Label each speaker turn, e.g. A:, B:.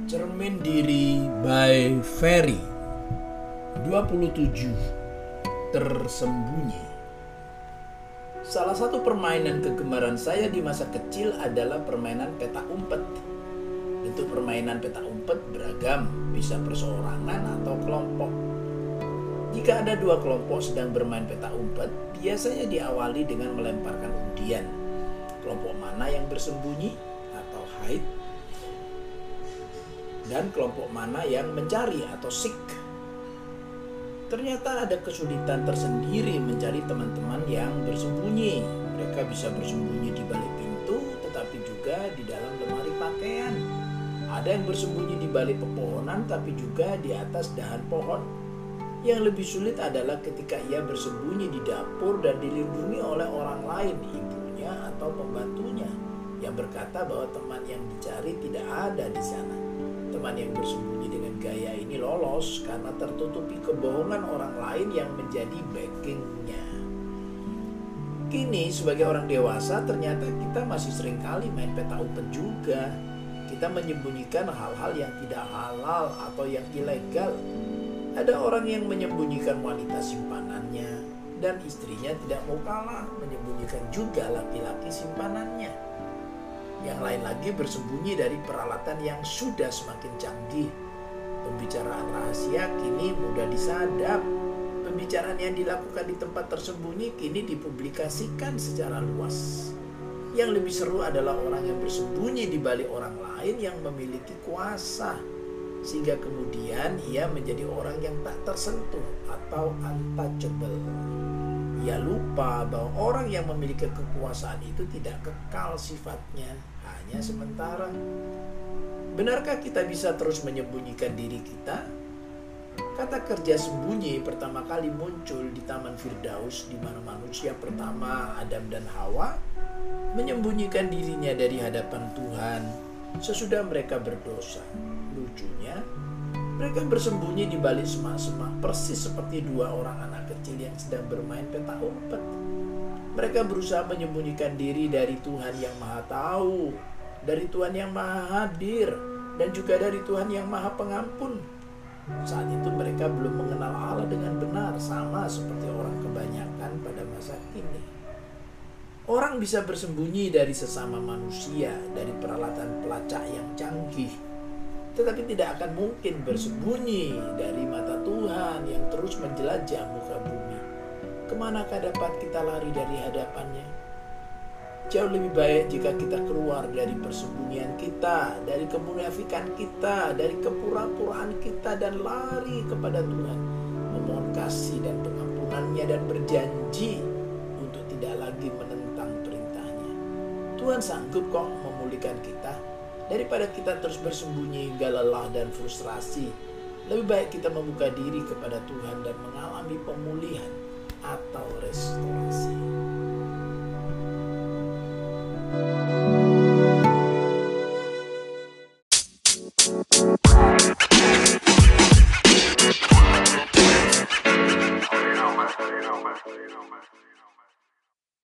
A: Cermin Diri by Ferry 27. Tersembunyi. Salah satu permainan kegemaran saya di masa kecil adalah permainan peta umpet. Bentuk permainan peta umpet beragam, bisa perseorangan atau kelompok. Jika ada dua kelompok sedang bermain peta umpet, biasanya diawali dengan melemparkan undian. Kelompok mana yang bersembunyi atau hide, dan kelompok mana yang mencari atau seek. Ternyata ada kesulitan tersendiri mencari teman-teman yang bersembunyi. Mereka bisa bersembunyi di balik pintu, tetapi juga di dalam lemari pakaian. Ada yang bersembunyi di balik pepohonan, tapi juga di atas dahan pohon. Yang lebih sulit adalah ketika ia bersembunyi di dapur dan dilindungi oleh orang lain, ibunya atau pembantunya, yang berkata bahwa teman yang dicari tidak ada di sana. Teman yang bersembunyi dengan gaya ini lolos karena tertutupi kebohongan orang lain yang menjadi backingnya. Kini sebagai orang dewasa ternyata kita masih seringkali main peta umpet juga. Kita menyembunyikan hal-hal yang tidak halal atau yang ilegal. Ada orang yang menyembunyikan wanita simpanannya, dan istrinya tidak mau kalah menyembunyikan juga laki-laki simpanannya. Yang lain lagi bersembunyi dari peralatan yang sudah semakin canggih. Pembicaraan rahasia kini mudah disadap. Pembicaraan yang dilakukan di tempat tersembunyi kini dipublikasikan secara luas. Yang lebih seru adalah orang yang bersembunyi di balik orang lain yang memiliki kuasa, sehingga kemudian ia menjadi orang yang tak tersentuh atau untouchable. Ia lupa bahwa orang yang memiliki kekuasaan itu tidak kekal sifatnya, hanya sementara. Benarkah kita bisa terus menyembunyikan diri kita? Kata kerja sembunyi pertama kali muncul di Taman Firdaus, di mana manusia pertama, Adam dan Hawa, menyembunyikan dirinya dari hadapan Tuhan sesudah mereka berdosa. Lucunya, mereka bersembunyi di balik semak-semak persis seperti dua orang anak kecil yang sedang bermain peta umpet. Mereka berusaha menyembunyikan diri dari Tuhan yang Maha Tahu, dari Tuhan yang Maha Hadir, dan juga dari Tuhan yang Maha Pengampun. Saat itu mereka belum mengenal Allah dengan benar, sama seperti orang kebanyakan pada masa kini. Orang bisa bersembunyi dari sesama manusia, dari peralatan pelacak yang canggih, tetapi tidak akan mungkin bersembunyi dari mata Tuhan yang terus menjelajah muka bumi. Kemanakah dapat kita lari dari hadapannya? Jauh lebih baik jika kita keluar dari persembunyian kita, dari kemunafikan kita, dari kepura-puraan kita, dan lari kepada Tuhan, memohon kasih dan pengampunannya, dan berjanji untuk tidak lagi menentang perintahnya. Tuhan sanggup kok memulihkan kita. Daripada kita terus bersembunyi hingga lelah dan frustrasi, lebih baik kita membuka diri kepada Tuhan dan mengalami pemulihan atau restorasi.